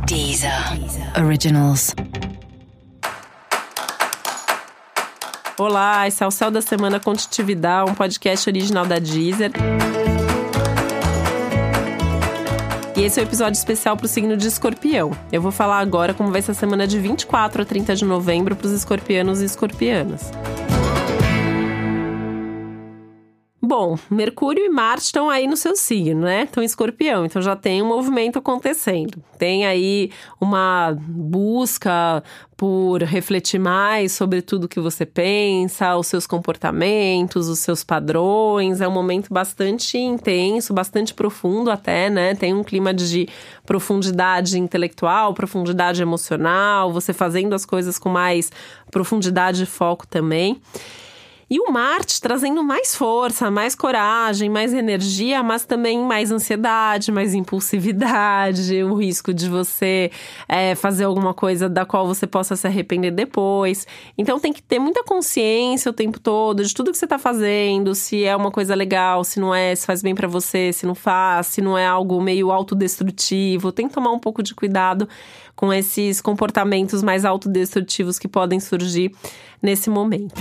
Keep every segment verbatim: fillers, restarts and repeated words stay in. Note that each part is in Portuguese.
Deezer Originals. Olá, esse é o Céu da Semana com Titi Vidal, um podcast original da Deezer. E esse é o um episódio especial para o signo de Escorpião. Eu vou falar agora como vai ser a semana de vinte e quatro a trinta de novembro para os escorpianos e escorpianas. Bom, Mercúrio e Marte estão aí no seu signo, né? Estão em Escorpião, então já tem um movimento acontecendo. Tem aí uma busca por refletir mais sobre tudo que você pensa, os seus comportamentos, os seus padrões. É um momento bastante intenso, bastante profundo até, né? Tem um clima de profundidade intelectual, profundidade emocional, você fazendo as coisas com mais profundidade e foco também. E o Marte trazendo mais força, mais coragem, mais energia, mas também mais ansiedade, mais impulsividade, o risco de você é, fazer alguma coisa da qual você possa se arrepender depois. Então tem que ter muita consciência o tempo todo de tudo que você está fazendo, se é uma coisa legal, se não é, se faz bem para você, se não faz, se não é algo meio autodestrutivo. Tem que tomar um pouco de cuidado com esses comportamentos mais autodestrutivos que podem surgir nesse momento.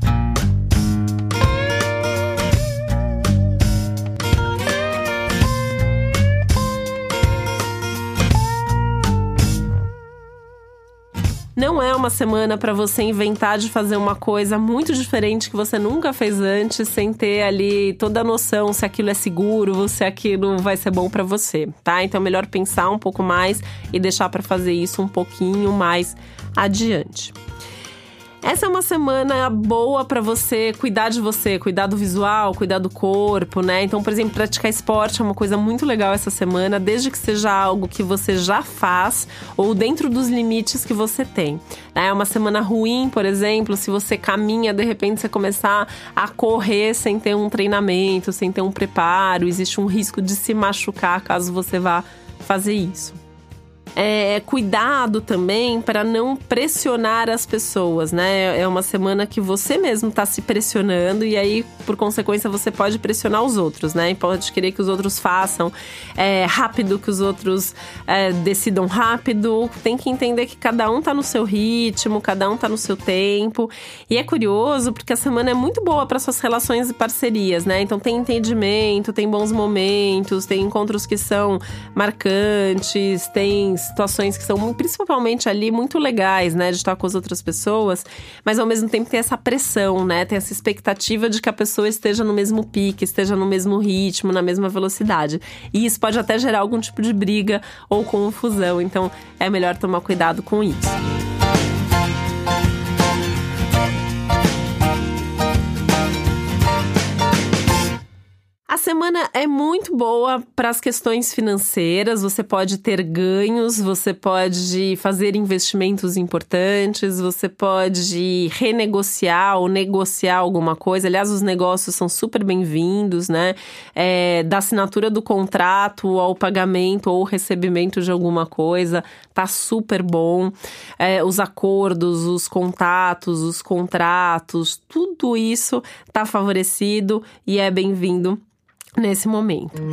Não é uma semana para você inventar de fazer uma coisa muito diferente que você nunca fez antes, sem ter ali toda a noção se aquilo é seguro, se aquilo vai ser bom para você, tá? Então é melhor pensar um pouco mais e deixar para fazer isso um pouquinho mais adiante. Essa é uma semana boa para você cuidar de você, cuidar do visual, cuidar do corpo, né? Então, por exemplo, praticar esporte é uma coisa muito legal essa semana, desde que seja algo que você já faz ou dentro dos limites que você tem. É uma semana ruim, por exemplo, se você caminha, de repente você começar a correr sem ter um treinamento, sem ter um preparo, existe um risco de se machucar caso você vá fazer isso. É, cuidado também para não pressionar as pessoas, né? É uma semana que você mesmo está se pressionando e aí, por consequência, você pode pressionar os outros, né? E pode querer que os outros façam é, rápido, que os outros é, decidam rápido. Tem que entender que cada um tá no seu ritmo, cada um tá no seu tempo. E é curioso porque a semana é muito boa para suas relações e parcerias, né? Então tem entendimento, tem bons momentos, tem encontros que são marcantes, tem situações que são principalmente ali muito legais, né, de estar com as outras pessoas, mas ao mesmo tempo tem essa pressão, né, tem essa expectativa de que a pessoa esteja no mesmo pique, esteja no mesmo ritmo, na mesma velocidade. E isso pode até gerar algum tipo de briga ou confusão, então é melhor tomar cuidado com isso. A semana é muito boa para as questões financeiras, você pode ter ganhos, você pode fazer investimentos importantes, você pode renegociar ou negociar alguma coisa. Aliás, os negócios são super bem-vindos, né? É, da assinatura do contrato ao pagamento ou recebimento de alguma coisa, tá super bom. É, os acordos, os contatos, os contratos, tudo isso tá favorecido e é bem-vindo nesse momento.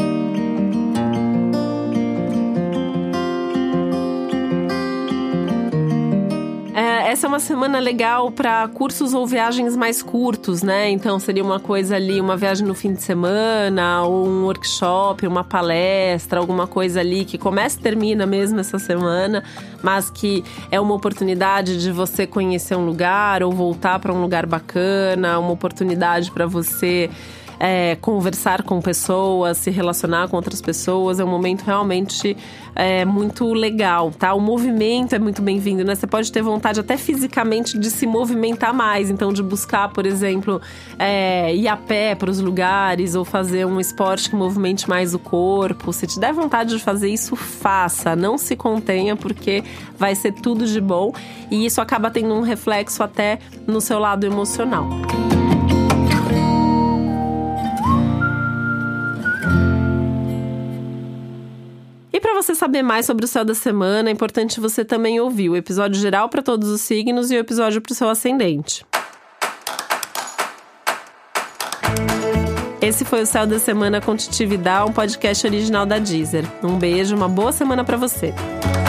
Essa é uma semana legal para cursos ou viagens mais curtos, né? Então seria uma coisa ali, uma viagem no fim de semana, ou um workshop, uma palestra, alguma coisa ali que começa e termina mesmo essa semana, mas que é uma oportunidade de você conhecer um lugar ou voltar para um lugar bacana, uma oportunidade para você É, conversar com pessoas, se relacionar com outras pessoas. É um momento realmente é, muito legal, tá? O movimento é muito bem-vindo, né? Você pode ter vontade até fisicamente de se movimentar mais, então de buscar, por exemplo, é, ir a pé para os lugares ou fazer um esporte que movimente mais o corpo. Se te der vontade de fazer isso, faça, não se contenha, porque vai ser tudo de bom e isso acaba tendo um reflexo até no seu lado emocional. E para você saber mais sobre o céu da semana, é importante você também ouvir o episódio geral para todos os signos e o episódio para o seu ascendente. Esse foi o Céu da Semana com Titi Vidal, um podcast original da Deezer. Um beijo, uma boa semana para você.